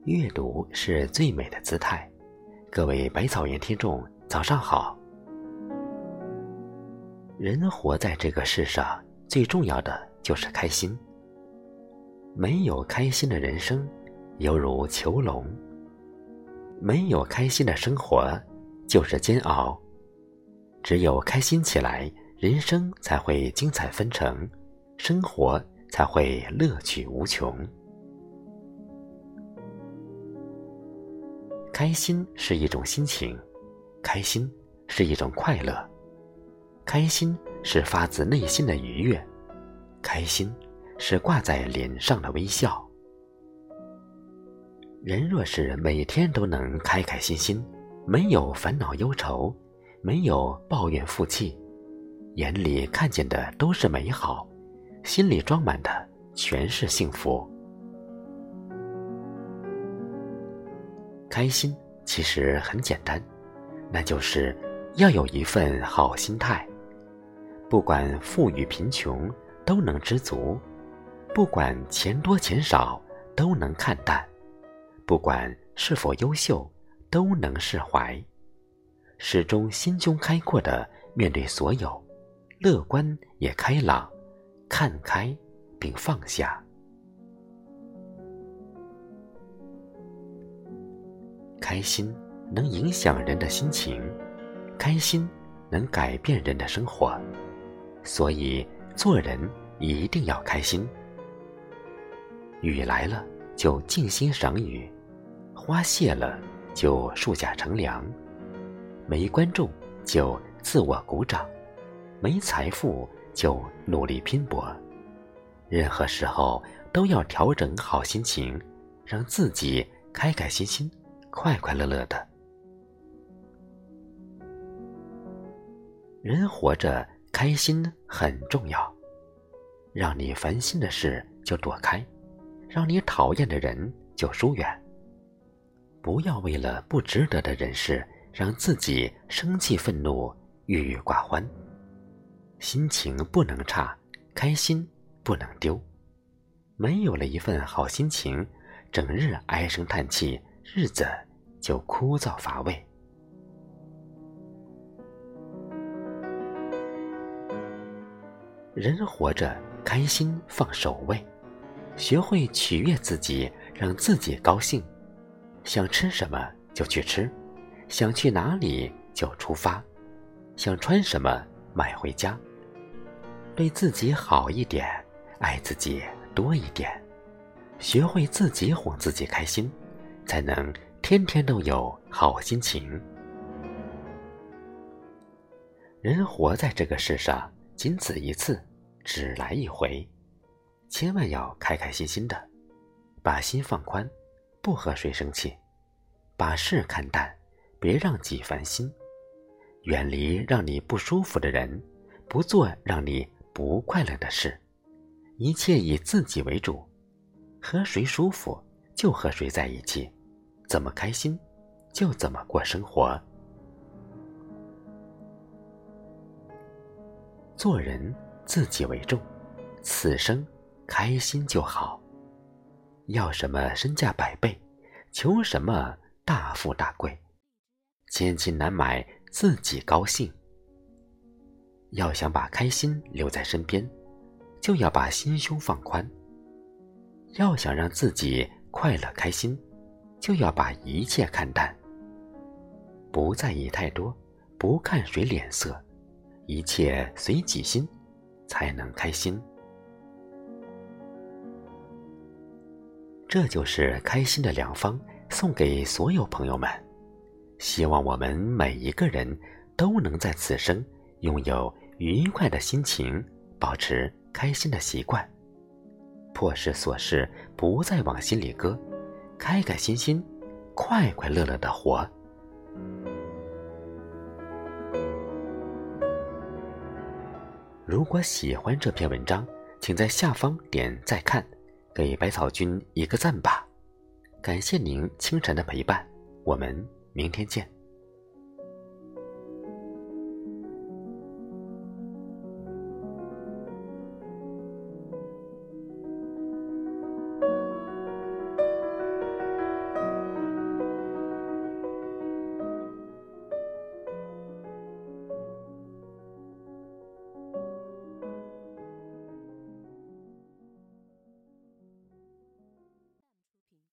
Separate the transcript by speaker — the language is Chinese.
Speaker 1: 阅读是最美的姿态。各位百草园听众，早上好。人活在这个世上，最重要的就是开心。没有开心的人生，犹如囚笼；没有开心的生活，就是煎熬。只有开心起来，人生才会精彩纷呈，生活才会乐趣无穷。开心是一种心情，开心是一种快乐，开心是发自内心的愉悦，开心是挂在脸上的微笑。人若是每天都能开开心心，没有烦恼忧愁，没有抱怨负气，眼里看见的都是美好，心里装满的全是幸福。开心其实很简单，那就是要有一份好心态。不管富裕贫穷，都能知足；不管钱多钱少，都能看淡；不管是否优秀，都能释怀。始终心胸开阔地面对所有，乐观也开朗，看开并放下。开心能影响人的心情，开心能改变人的生活，所以做人一定要开心。雨来了就静心赏雨，花谢了就树下乘凉，没观众就自我鼓掌，没财富就努力拼搏。任何时候都要调整好心情，让自己开开心心，快快乐乐的。人活着开心很重要，让你烦心的事就躲开，让你讨厌的人就疏远。不要为了不值得的人事让自己生气愤怒，郁郁寡欢。心情不能差，开心不能丢。没有了一份好心情，整日唉声叹气，日子就枯燥乏味。人活着开心放首位，学会取悦自己，让自己高兴。想吃什么就去吃，想去哪里就出发，想穿什么买回家。对自己好一点，爱自己多一点，学会自己哄自己开心，才能天天都有好心情。人活在这个世上，仅此一次，只来一回，千万要开开心心的，把心放宽，不和谁生气，把事看淡，别让己烦心，远离让你不舒服的人，不做让你不快乐的事，一切以自己为主，和谁舒服就和谁在一起，怎么开心就怎么过生活。做人自己为重，此生开心就好。要什么身价百倍，求什么大富大贵，千金难买自己高兴。要想把开心留在身边，就要把心胸放宽。要想让自己快乐开心，就要把一切看淡。不在意太多，不看谁脸色，一切随己心，才能开心。这就是开心的良方，送给所有朋友们。希望我们每一个人都能在此生拥有愉快的心情，保持开心的习惯，破事琐事不再往心里搁，开开心心，快快乐乐的活。如果喜欢这篇文章，请在下方点再看，给百草君一个赞吧。感谢您清晨的陪伴，我们明天见。